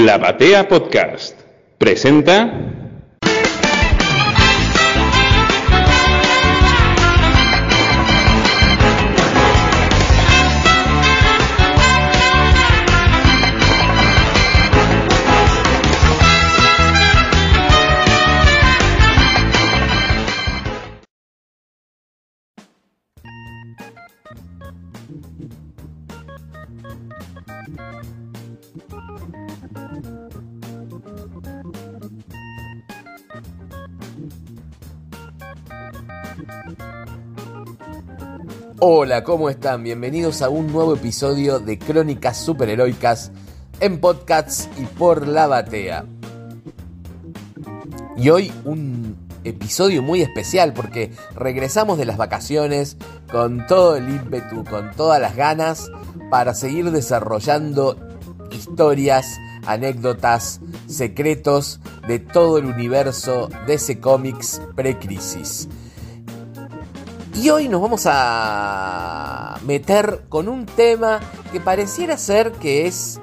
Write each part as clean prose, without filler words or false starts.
La Batea Podcast presenta... Hola, ¿cómo están? Bienvenidos a un nuevo episodio de Crónicas Superheroicas en podcasts y por La Batea. Y hoy un episodio muy especial porque regresamos de las vacaciones con todo el ímpetu, con todas las ganas para seguir desarrollando historias, anécdotas, secretos de todo el universo DC Comics pre-crisis. Y hoy nos vamos a meter con un tema que pareciera ser que es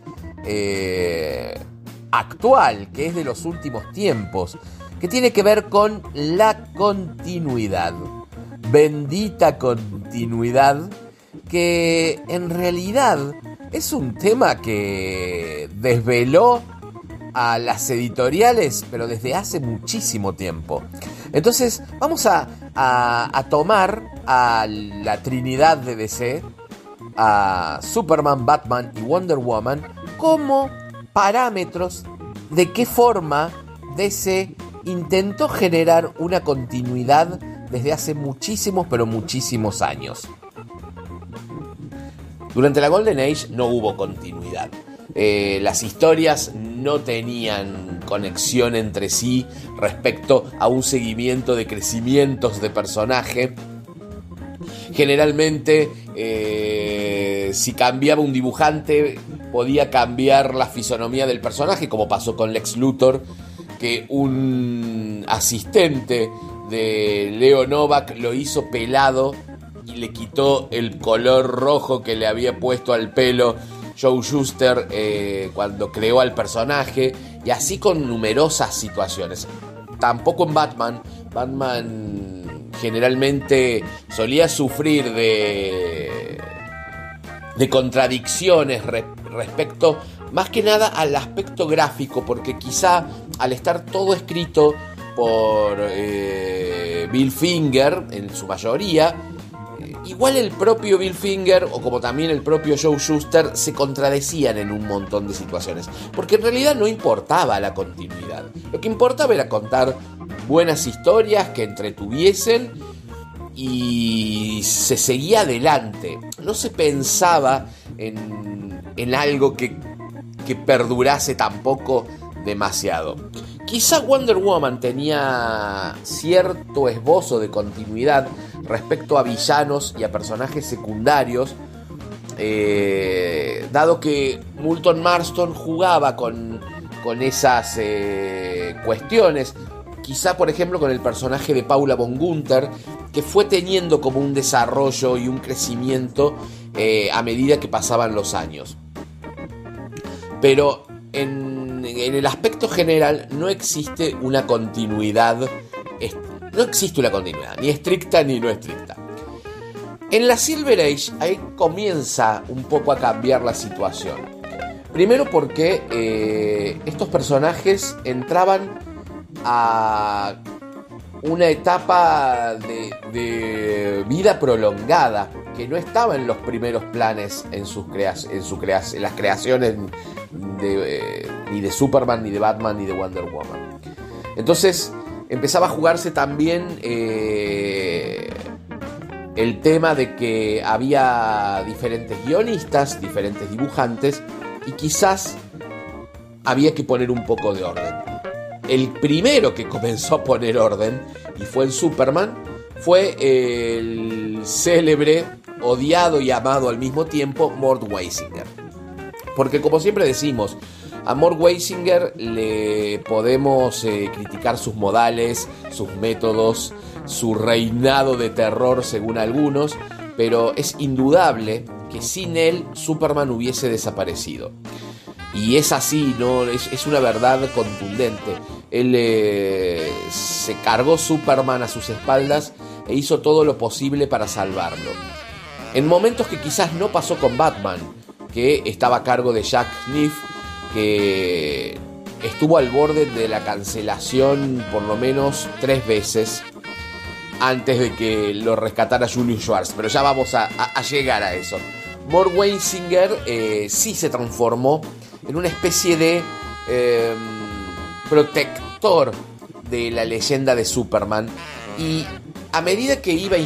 actual, que es de los últimos tiempos, que tiene que ver con la continuidad. Bendita continuidad, que en realidad es un tema que desveló a las editoriales, pero desde hace muchísimo tiempo. Entonces vamos a tomar a la Trinidad de DC, a Superman, Batman y Wonder Woman, como parámetros de qué forma DC intentó generar una continuidad desde hace muchísimos, pero muchísimos años. Durante la Golden Age no hubo continuidad. Las historias no tenían conexión entre sí respecto a un seguimiento de crecimientos de personaje. Generalmente, si cambiaba un dibujante, podía cambiar la fisonomía del personaje, como pasó con Lex Luthor, que un asistente de Leo Novak lo hizo pelado y le quitó el color rojo que le había puesto al pelo Joe Shuster cuando creó al personaje, y así con numerosas situaciones. Tampoco en Batman generalmente solía sufrir de contradicciones respecto más que nada al aspecto gráfico, porque quizá al estar todo escrito por Bill Finger en su mayoría, igual el propio Bill Finger o como también el propio Joe Shuster se contradecían en un montón de situaciones, porque en realidad no importaba la continuidad. Lo que importaba era contar buenas historias que entretuviesen y se seguía adelante. No se pensaba en algo que perdurase tampoco demasiado. Quizá Wonder Woman tenía cierto esbozo de continuidad respecto a villanos y a personajes secundarios, dado que Moulton Marston jugaba con esas cuestiones. Quizá, por ejemplo, con el personaje de Paula von Gunther, que fue teniendo como un desarrollo y un crecimiento a medida que pasaban los años. Pero en el aspecto general no existe una continuidad. No existe una continuidad, ni estricta ni no estricta. En la Silver Age ahí comienza un poco a cambiar la situación. Primero porque estos personajes entraban a una etapa de vida prolongada que no estaba en los primeros planes en las creaciones ni de Superman, ni de Batman, ni de Wonder Woman. Entonces empezaba a jugarse también el tema de que había diferentes guionistas, diferentes dibujantes, y quizás había que poner un poco de orden. El primero que comenzó a poner orden, y fue en Superman, fue el célebre, odiado y amado al mismo tiempo, Mort Weisinger. Porque como siempre decimos, a Mort Weisinger le podemos criticar sus modales, sus métodos, su reinado de terror según algunos, pero es indudable que sin él Superman hubiese desaparecido. Y es así, ¿no? Es una verdad contundente. Él se cargó Superman a sus espaldas e hizo todo lo posible para salvarlo. En momentos que quizás no pasó con Batman, que estaba a cargo de Jack Kniff, que estuvo al borde de la cancelación por lo menos 3 veces antes de que lo rescatara Julius Schwartz. Pero ya vamos a llegar a eso. Mort Weisinger sí se transformó en una especie de protector de la leyenda de Superman, y a medida que iba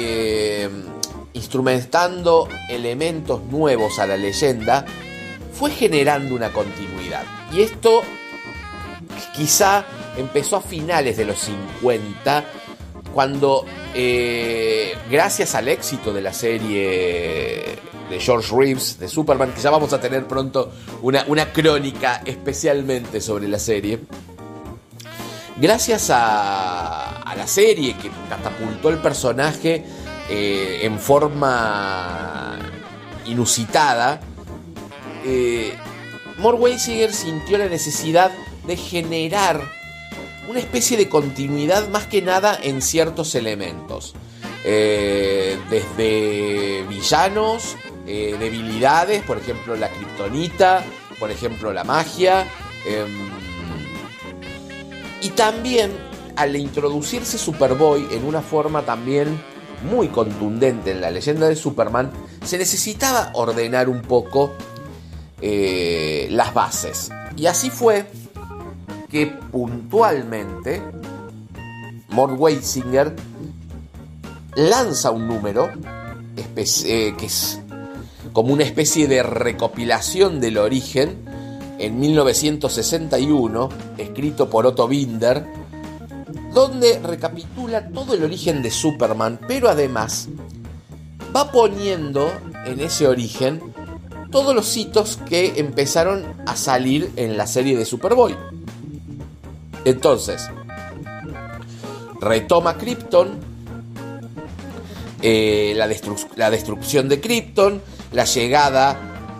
instrumentando elementos nuevos a la leyenda, fue generando una continuidad. Y esto quizá empezó a finales de los 50, cuando gracias al éxito de la serie de George Reeves de Superman, que ya vamos a tener pronto una crónica especialmente sobre la serie, gracias a la serie que catapultó el personaje en forma inusitada, Mort Weisinger sintió la necesidad de generar una especie de continuidad, más que nada en ciertos elementos, desde villanos, debilidades, por ejemplo la kriptonita, por ejemplo la magia, y también al introducirse Superboy en una forma también muy contundente en la leyenda de Superman, se necesitaba ordenar un poco las bases. Y así fue que puntualmente Mort Weisinger lanza un número que es como una especie de recopilación del origen en 1961, escrito por Otto Binder, donde recapitula todo el origen de Superman, pero además va poniendo en ese origen todos los hitos que empezaron a salir en la serie de Superboy. Entonces, retoma Krypton, la destrucción de Krypton, la llegada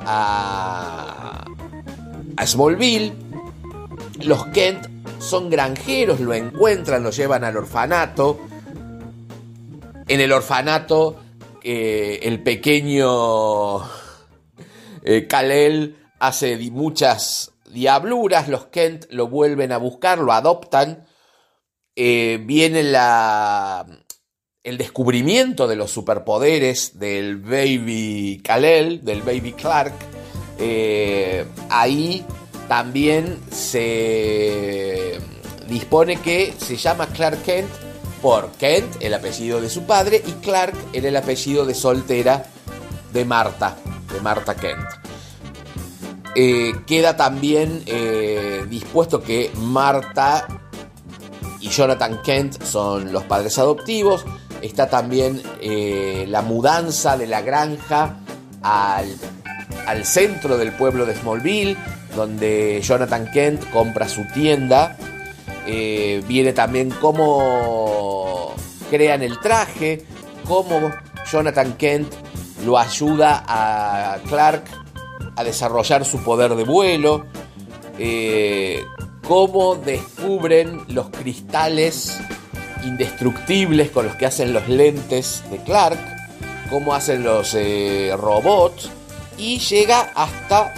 a Smallville. Los Kent son granjeros, lo encuentran, lo llevan al orfanato. En el orfanato, el pequeño Kal-El hace muchas diabluras. Los Kent lo vuelven a buscar, lo adoptan. Viene el descubrimiento de los superpoderes del Baby Kal-El, del Baby Clark. Ahí también se dispone que se llama Clark Kent por Kent, el apellido de su padre, y Clark era el apellido de soltera de Martha Kent. Queda también dispuesto que Martha y Jonathan Kent son los padres adoptivos. Está también la mudanza de la granja al centro del pueblo de Smallville, donde Jonathan Kent compra su tienda. Viene también cómo crean el traje, cómo Jonathan Kent lo ayuda a Clark a desarrollar su poder de vuelo, cómo descubren los cristales indestructibles con los que hacen los lentes de Clark, cómo hacen los robots, y llega hasta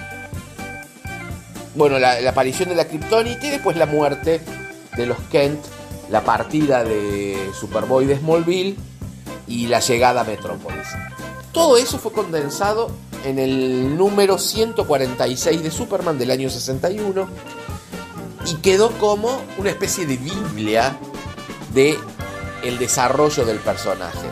la aparición de la kriptonita y después la muerte de los Kent, la partida de Superboy de Smallville y la llegada a Metrópolis. Todo eso fue condensado en el número 146 de Superman del año 61 y quedó como una especie de biblia de el desarrollo del personaje.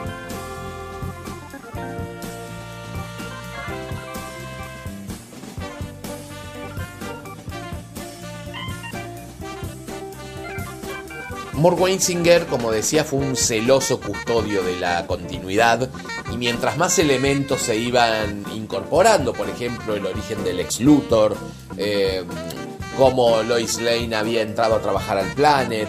Mort Weisinger, como decía, fue un celoso custodio de la continuidad, y mientras más elementos se iban incorporando, por ejemplo el origen del Lex Luthor, cómo Lois Lane había entrado a trabajar al Planet,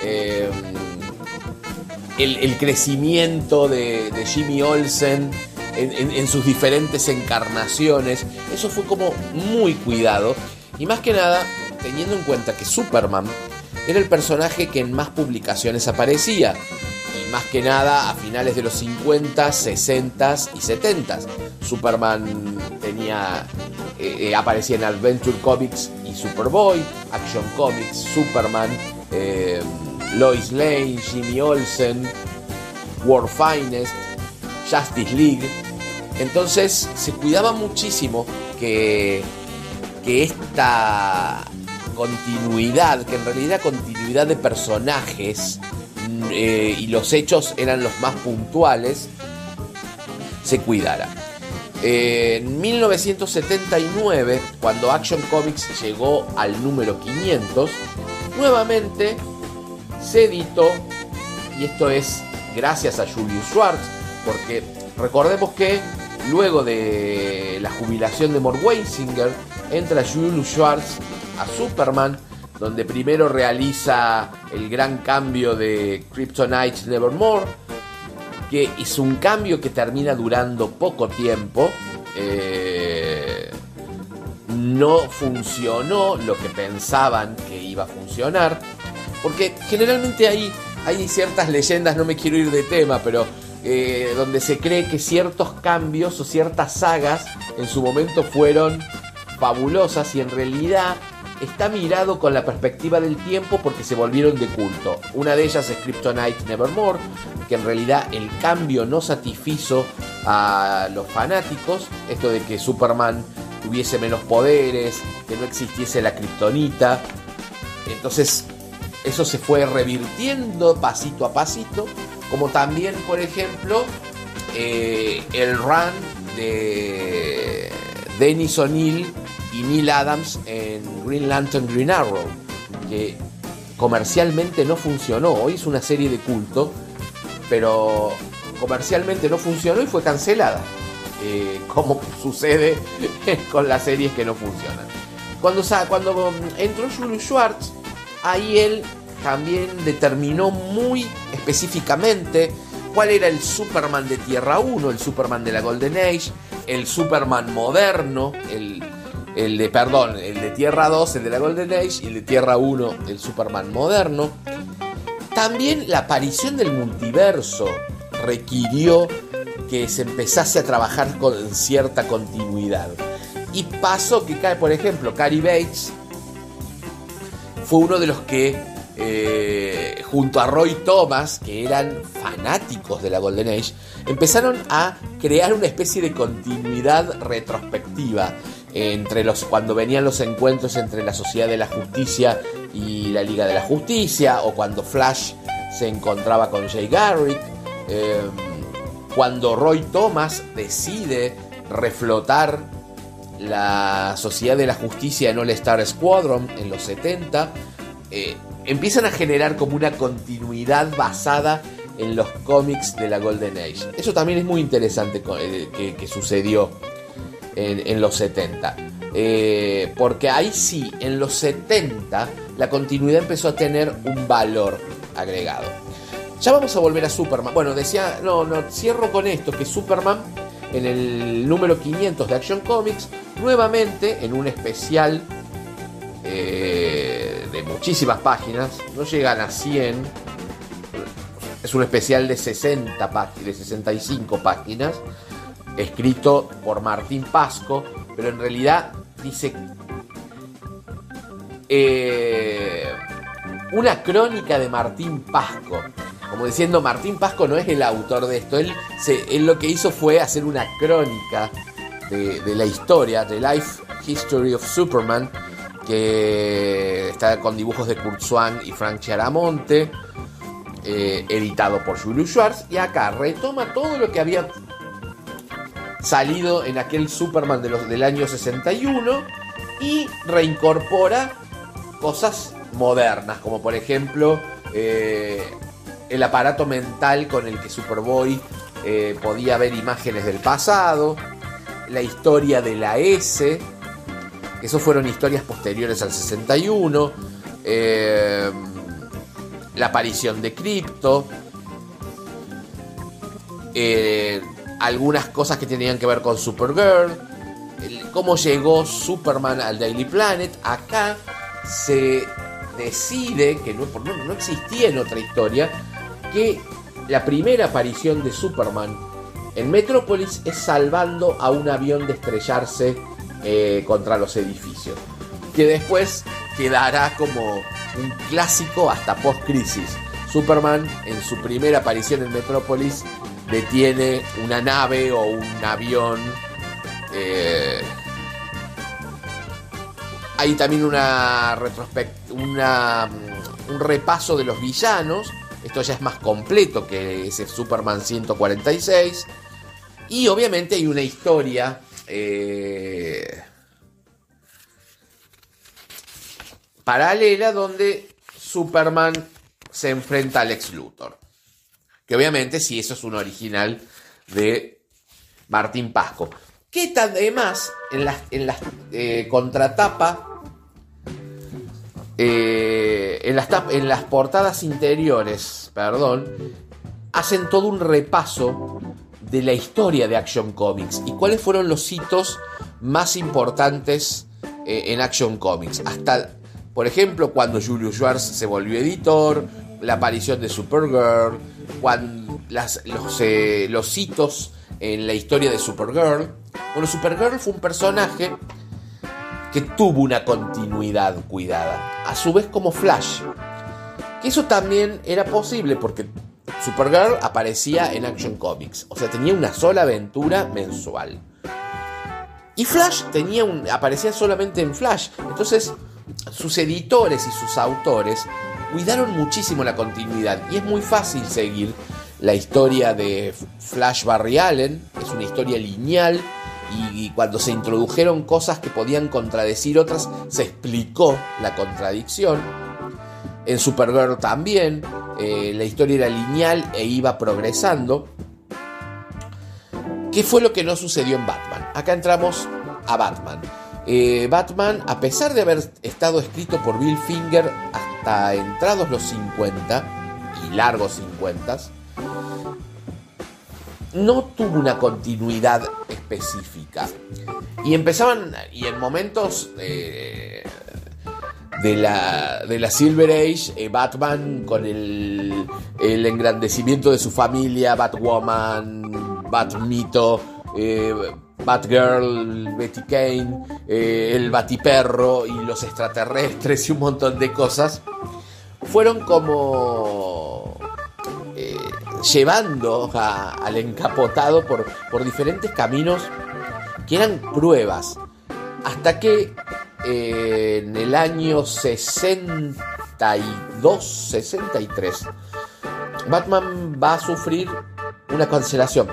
el crecimiento de Jimmy Olsen en sus diferentes encarnaciones. Eso fue como muy cuidado. Y más que nada, teniendo en cuenta que Superman era el personaje que en más publicaciones aparecía. Y más que nada a finales de los 50, 60 y 70. Superman aparecía en Adventure Comics y Superboy, Action Comics, Superman, Lois Lane, Jimmy Olsen, World Finest, Justice League. Entonces se cuidaba muchísimo que esta continuidad, que en realidad continuidad de personajes y los hechos eran los más puntuales, se cuidara. En 1979, cuando Action Comics llegó al número 500, nuevamente se editó, y esto es gracias a Julius Schwartz, porque recordemos que luego de la jubilación de Mort Weisinger, entra Julius Schwartz a Superman, donde primero realiza el gran cambio de Kryptonite Nevermore, que es un cambio que termina durando poco tiempo. No funcionó lo que pensaban que iba a funcionar, porque generalmente hay ciertas leyendas, no me quiero ir de tema, pero donde se cree que ciertos cambios o ciertas sagas en su momento fueron fabulosas y en realidad está mirado con la perspectiva del tiempo porque se volvieron de culto. Una de ellas es Kryptonite Nevermore, que en realidad el cambio no satisfizo a los fanáticos, esto de que Superman tuviese menos poderes, que no existiese la kriptonita. Entonces eso se fue revirtiendo pasito a pasito, como también, por ejemplo, el run de Dennis O'Neil y Neil Adams en Green Lantern Green Arrow, que comercialmente no funcionó. Hoy es una serie de culto, pero comercialmente no funcionó y fue cancelada, como sucede con las series que no funcionan. Cuando entró Julius Schwartz, ahí él también determinó muy específicamente cuál era el Superman de Tierra 1, el Superman de la Golden Age, el Superman moderno, el de Tierra 2, el de la Golden Age, y el de Tierra 1, el Superman moderno. También la aparición del multiverso requirió que se empezase a trabajar con cierta continuidad. Y pasó que, por ejemplo, Cary Bates fue uno de los que, junto a Roy Thomas, que eran fanáticos de la Golden Age, empezaron a crear una especie de continuidad retrospectiva cuando venían los encuentros entre la Sociedad de la Justicia y la Liga de la Justicia, o cuando Flash se encontraba con Jay Garrick, cuando Roy Thomas decide reflotar la Sociedad de la Justicia en All Star Squadron en los 70, empiezan a generar como una continuidad basada en los cómics de la Golden Age. Eso también es muy interesante que sucedió en los 70. Porque ahí sí, en los 70, la continuidad empezó a tener un valor agregado. Ya vamos a volver a Superman. Bueno, cierro con esto, que Superman, en el número 500 de Action Comics, nuevamente en un especial de muchísimas páginas, no llegan a 100, es un especial de 65 páginas, escrito por Martín Pasco, pero en realidad dice una crónica de Martín Pasco, como diciendo, Martín Pasco no es el autor de esto, él lo que hizo fue hacer una crónica de la historia, The Life History of Superman, que está con dibujos de Kurt Swan y Frank Chiaramonte, editado por Julius Schwartz, y acá retoma todo lo que había salido en aquel Superman del año 61 y reincorpora cosas modernas, como por ejemplo el aparato mental con el que Superboy podía ver imágenes del pasado, la historia de la S, eso fueron historias posteriores al 61, la aparición de Krypto, algunas cosas que tenían que ver con Supergirl, cómo llegó Superman al Daily Planet. Acá se decide, que no existía en otra historia, que la primera aparición de Superman en Metrópolis es salvando a un avión de estrellarse contra los edificios, que después quedará como un clásico hasta post-crisis. Superman, en su primera aparición en Metrópolis, detiene una nave o un avión. Hay también un repaso de los villanos. Esto ya es más completo que ese Superman 146. Y obviamente hay una historia paralela donde Superman se enfrenta al Lex Luthor. Que obviamente sí, eso es un original de Martín Pasco. Que además en las contratapa, en las portadas interiores, hacen todo un repaso de la historia de Action Comics y cuáles fueron los hitos más importantes en Action Comics. Hasta, por ejemplo, cuando Julius Schwartz se volvió editor, la aparición de Supergirl, los hitos en la historia de Supergirl. Bueno, Supergirl fue un personaje que tuvo una continuidad cuidada, a su vez como Flash. Que eso también era posible porque Supergirl aparecía en Action Comics, o sea, tenía una sola aventura mensual. Y Flash aparecía solamente en Flash. Entonces, sus editores y sus autores cuidaron muchísimo la continuidad. Y es muy fácil seguir la historia de Flash Barry Allen. Es una historia lineal. Y cuando se introdujeron cosas que podían contradecir otras, se explicó la contradicción. En Supergirl también, la historia era lineal e iba progresando. ¿Qué fue lo que no sucedió en Batman? Acá entramos a Batman. Batman, a pesar de haber estado escrito por Bill Finger hasta entrados los 50 y largos 50, no tuvo una continuidad específica. Y en momentos de la Silver Age, Batman con el engrandecimiento de su familia, Batwoman, Batmito, Batgirl, Betty Kane, el Batiperro y los extraterrestres y un montón de cosas, fueron como llevando al encapotado por diferentes caminos que eran pruebas, hasta que en el año 63 Batman va a sufrir una cancelación.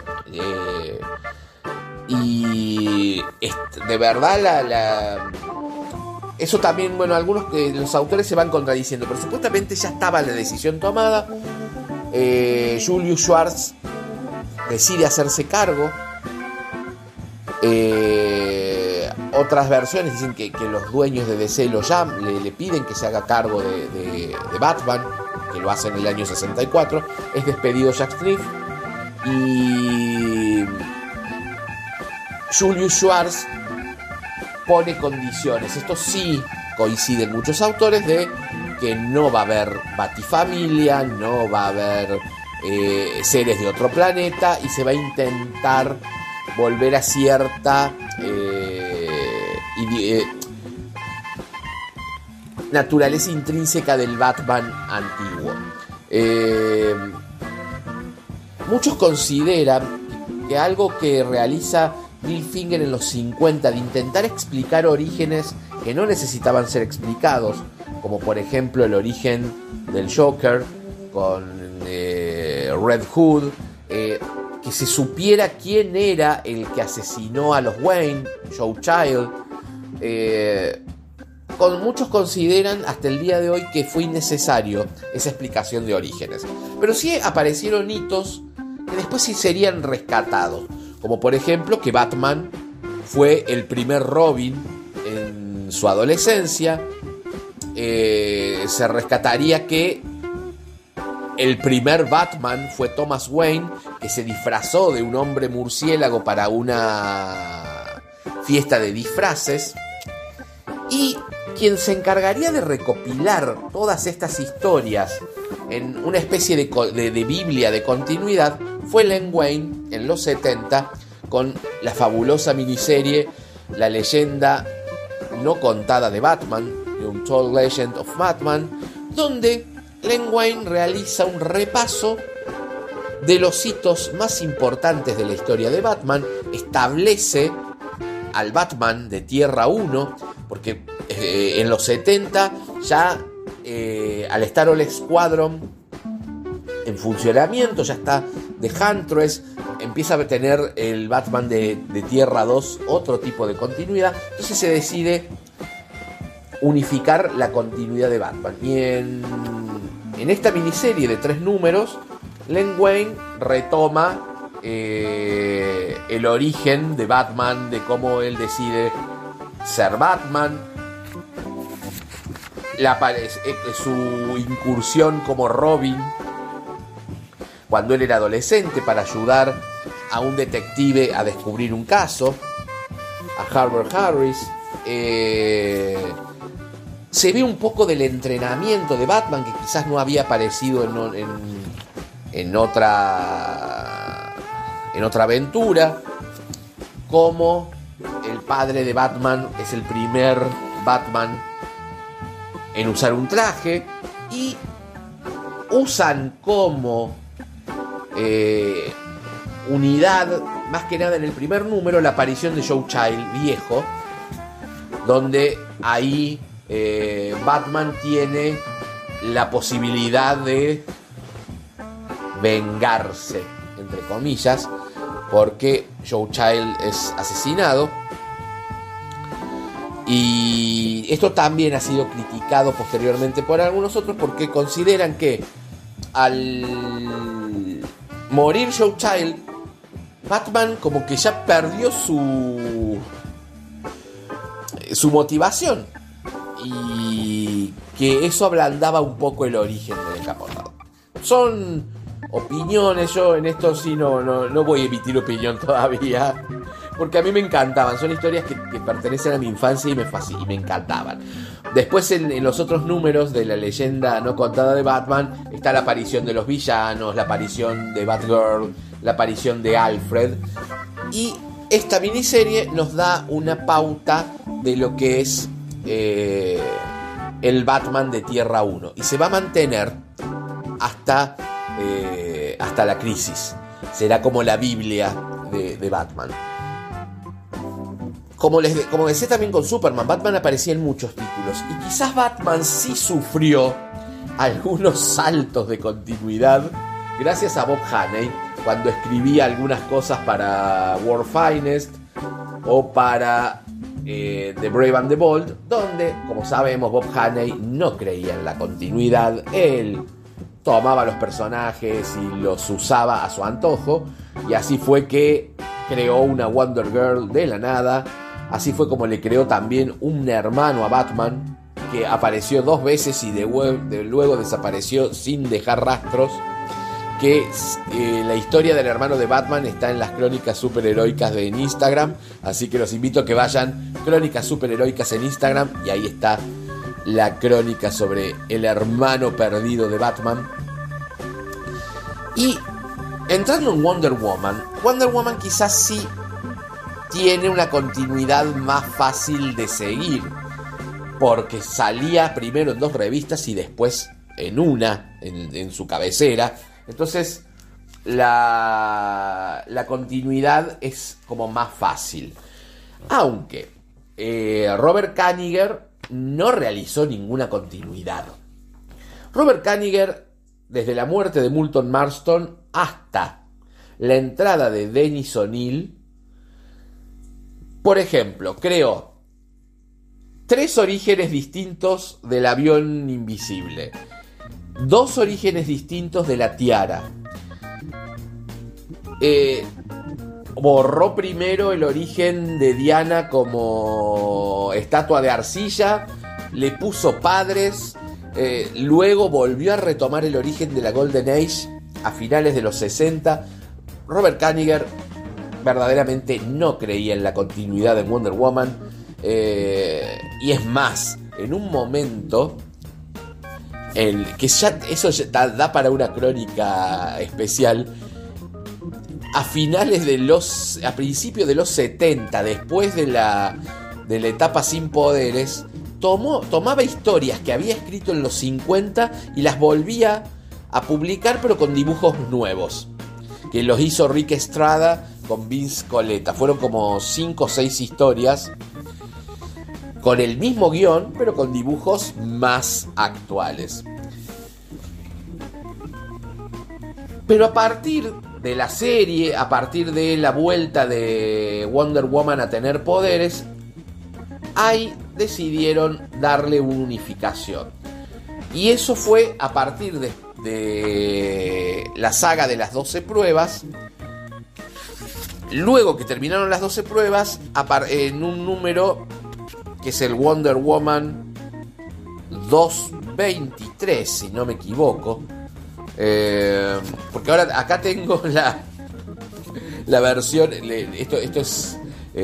Y de verdad eso también, bueno, algunos de los autores se van contradiciendo, pero supuestamente ya estaba la decisión tomada. Julius Schwartz decide hacerse cargo. Otras versiones dicen que los dueños de DC le piden que se haga cargo de Batman, que lo hace en el año 64. Es despedido Jack Smith y Julius Schwartz pone condiciones. Esto sí coinciden muchos autores de que no va a haber Batifamilia, no va a haber seres de otro planeta, y se va a intentar volver a cierta naturaleza intrínseca del Batman antiguo. Muchos consideran que algo que realiza Bill Finger en los 50 de intentar explicar orígenes que no necesitaban ser explicados, como por ejemplo el origen del Joker con Red Hood, que se supiera quién era el que asesinó a los Wayne, Joe Child. Muchos consideran hasta el día de hoy que fue innecesario esa explicación de orígenes, pero sí aparecieron hitos que después sí serían rescatados, como por ejemplo que Batman fue el primer Robin en su adolescencia. Se rescataría que El primer Batman fue Thomas Wayne, que se disfrazó de un hombre murciélago para una fiesta de disfraces. Y quien se encargaría de recopilar todas estas historias en una especie de Biblia de continuidad fue Len Wein en los 70 con la fabulosa miniserie La leyenda no contada de Batman, The Untold Legend of Batman, donde Len Wein realiza un repaso de los hitos más importantes de la historia de Batman, establece al Batman de Tierra 1, porque en los 70 ya al estar All Squadron en funcionamiento, ya está The Huntress, empieza a tener el Batman de Tierra 2 otro tipo de continuidad, entonces se decide unificar la continuidad de Batman. Y en esta miniserie de 3 números, Len Wein retoma el origen de Batman, de cómo él decide ser Batman, su incursión como Robin cuando él era adolescente para ayudar a un detective a descubrir un caso, a Harper Harris. Se ve un poco del entrenamiento de Batman que quizás no había aparecido en otra aventura, como el padre de Batman es el primer Batman en usar un traje, y usan como unidad, más que nada en el primer número, la aparición de Joe Child viejo, donde ahí Batman tiene la posibilidad de vengarse, entre comillas, porque Joe Child es asesinado. Y esto también ha sido criticado posteriormente por algunos otros, porque consideran que al morir Joe Child, Batman como que ya perdió su motivación, y que eso ablandaba un poco el origen del Encapotado. Son opiniones, yo en esto sí no voy a emitir opinión todavía, porque a mí me encantaban, son historias que pertenecen a mi infancia y me encantaban. Después en los otros números de la leyenda no contada de Batman está la aparición de los villanos, la aparición de Batgirl, la aparición de Alfred, y esta miniserie nos da una pauta de lo que es el Batman de Tierra 1, y se va a mantener hasta la crisis. Será como la Biblia de Batman. Como decía también con Superman, Batman aparecía en muchos títulos, y quizás Batman sí sufrió algunos saltos de continuidad gracias a Bob Haney, cuando escribía algunas cosas para World Finest o para The Brave and the Bold, donde, como sabemos, Bob Haney no creía en la continuidad. Él tomaba los personajes y los usaba a su antojo, y así fue que creó una Wonder Girl de la nada. Así fue como le creó también un hermano a Batman, que apareció 2 veces y luego desapareció sin dejar rastros. Que la historia del hermano de Batman está en las crónicas superheroicas en Instagram, así que los invito a que vayan crónicas superheroicas en Instagram, y ahí está la crónica sobre el hermano perdido de Batman. Y entrando en Wonder Woman quizás sí tiene una continuidad más fácil de seguir, porque salía primero en 2 revistas y después en una, en su cabecera. Entonces la continuidad es como más fácil. Aunque Robert Kanigher no realizó ninguna continuidad. Robert Kanigher, desde la muerte de Moulton Marston hasta la entrada de Dennis O'Neil, por ejemplo, creó 3 orígenes distintos del avión invisible, 2 orígenes distintos de la tiara. Borró primero el origen de Diana como estatua de arcilla, le puso padres, Luego volvió a retomar el origen de la Golden Age a finales de los 60. Robert Kanigher verdaderamente no creía en la continuidad de Wonder Woman. Y es más, en un momento que ya eso ya da para una crónica especial, a principios de los 70, después de la etapa sin poderes, tomaba historias que había escrito en los 50 y las volvía a publicar, pero con dibujos nuevos, que los hizo Rick Estrada con Vince Coletta. Fueron como 5 o 6 historias con el mismo guión, pero con dibujos más actuales. Pero a partir de la serie, a partir de la vuelta de Wonder Woman a tener poderes, ahí decidieron darle una unificación. Y eso fue a partir de la saga de las 12 pruebas. Luego que terminaron las 12 pruebas, en un número que es el Wonder Woman 223, si no me equivoco. Porque ahora acá tengo la versión. Esto es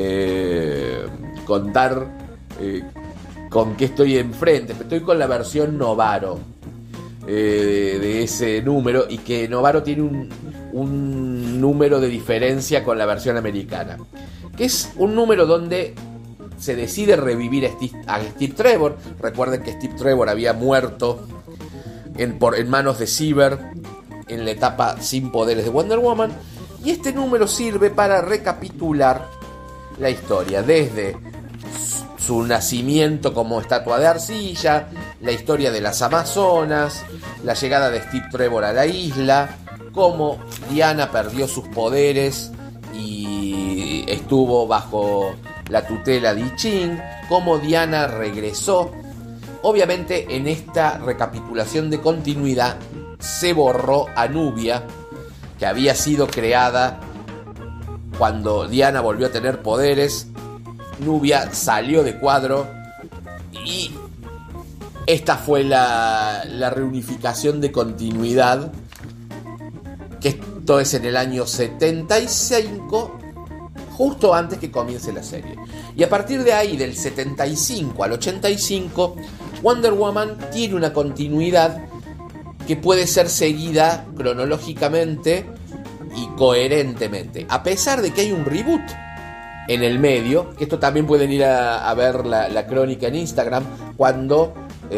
contar con qué estoy enfrente. Estoy con la versión Novaro de ese número, y que Novaro tiene un número de diferencia con la versión americana, que es un número donde se decide revivir a Steve Trevor. Recuerden que Steve Trevor había muerto en manos de Cyber en la etapa sin poderes de Wonder Woman, y este número sirve para recapitular la historia desde su nacimiento como estatua de arcilla, la historia de las Amazonas, la llegada de Steve Trevor a la isla, cómo Diana perdió sus poderes y estuvo bajo la tutela de I Ching, cómo Diana regresó. Obviamente en esta recapitulación de continuidad se borró a Nubia, que había sido creada cuando Diana volvió a tener poderes. Nubia salió de cuadro y esta fue la reunificación de continuidad, que esto es en el año 75, justo antes que comience la serie. Y a partir de ahí, del 75 al 85, Wonder Woman tiene una continuidad que puede ser seguida cronológicamente y coherentemente, a pesar de que hay un reboot en el medio, que esto también pueden ir a ver la crónica en Instagram, cuando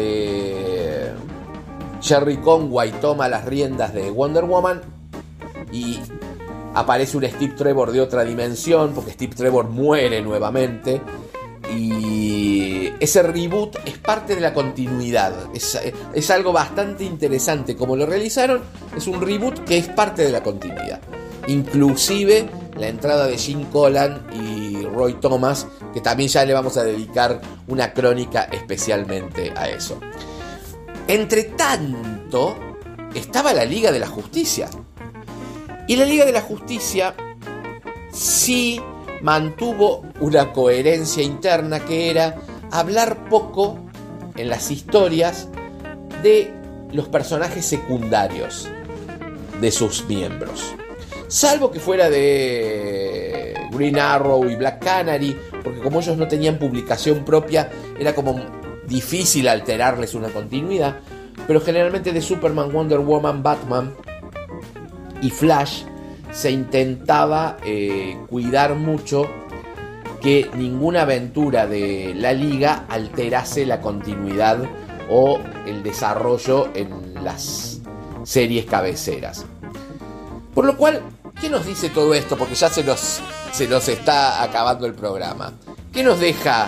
Jerry Conway toma las riendas de Wonder Woman y aparece un Steve Trevor de otra dimensión, porque Steve Trevor muere nuevamente. Y ese reboot es parte de la continuidad. Es algo bastante interesante como lo realizaron. Es un reboot que es parte de la continuidad. Inclusive la entrada de Jim Collan y Roy Thomas, que también ya le vamos a dedicar una crónica especialmente a eso. Entre tanto, estaba la Liga de la Justicia. Y la Liga de la Justicia sí mantuvo una coherencia interna, que era hablar poco en las historias de los personajes secundarios de sus miembros, salvo que fuera de Green Arrow y Black Canary, porque como ellos no tenían publicación propia, era como difícil alterarles una continuidad. Pero generalmente de Superman, Wonder Woman, Batman y Flash se intentaba cuidar mucho que ninguna aventura de la Liga alterase la continuidad o el desarrollo en las series cabeceras. Por lo cual, ¿qué nos dice todo esto? Porque ya se nos está acabando el programa. ¿Qué nos deja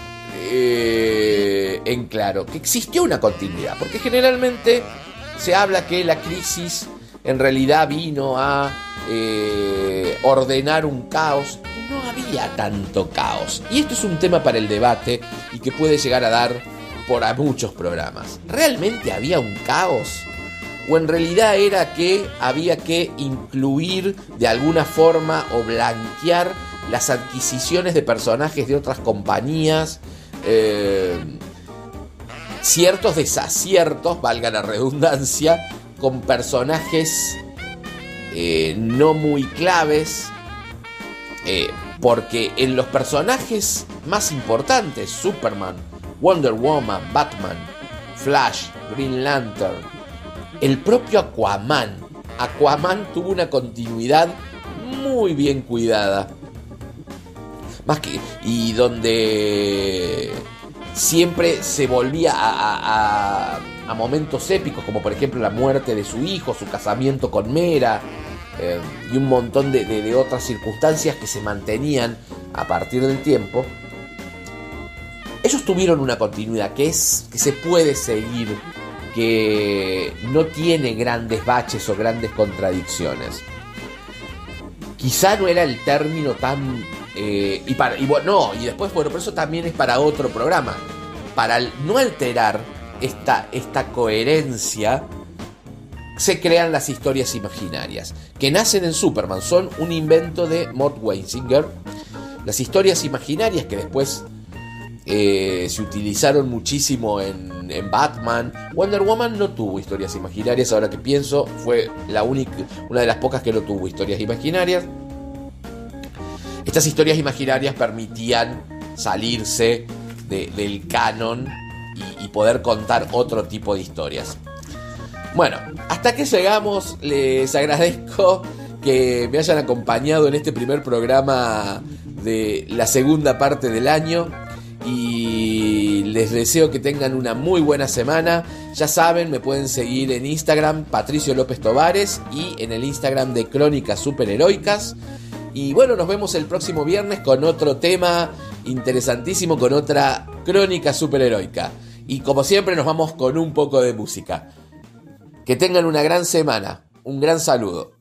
en claro? Que existió una continuidad, porque generalmente se habla que la crisis en realidad vino a ordenar un caos, y no había tanto caos. Y esto es un tema para el debate y que puede llegar a dar por a muchos programas. ¿Realmente había un caos? ¿O en realidad era que había que incluir de alguna forma o blanquear las adquisiciones de personajes de otras compañías ciertos desaciertos, valga la redundancia, con personajes no muy claves, porque en los personajes más importantes, Superman, Wonder Woman, Batman, Flash, Green Lantern, el propio Aquaman tuvo una continuidad muy bien cuidada, y donde siempre se volvía a momentos épicos, como por ejemplo la muerte de su hijo, su casamiento con Mera, y un montón de otras circunstancias que se mantenían a partir del tiempo. Ellos tuvieron una continuidad que se puede seguir, que no tiene grandes baches o grandes contradicciones. Quizá no era el término tan... y después, bueno, por eso también es para otro programa. Para no alterar esta coherencia, se crean las historias imaginarias, que nacen en Superman, son un invento de Mort Weisinger. Las historias imaginarias que después se utilizaron muchísimo en Batman. Wonder Woman no tuvo historias imaginarias, ahora que pienso, fue una de las pocas que no tuvo historias imaginarias. Estas historias imaginarias permitían salirse del canon y poder contar otro tipo de historias. Bueno, hasta que llegamos. Les agradezco que me hayan acompañado en este primer programa de la segunda parte del año, y les deseo que tengan una muy buena semana. Ya saben, me pueden seguir en Instagram, Patricio López Tovares, y en el Instagram de Crónicas Superheroicas. Y bueno, nos vemos el próximo viernes con otro tema interesantísimo, con otra crónica superheroica. Y como siempre nos vamos con un poco de música. Que tengan una gran semana. Un gran saludo.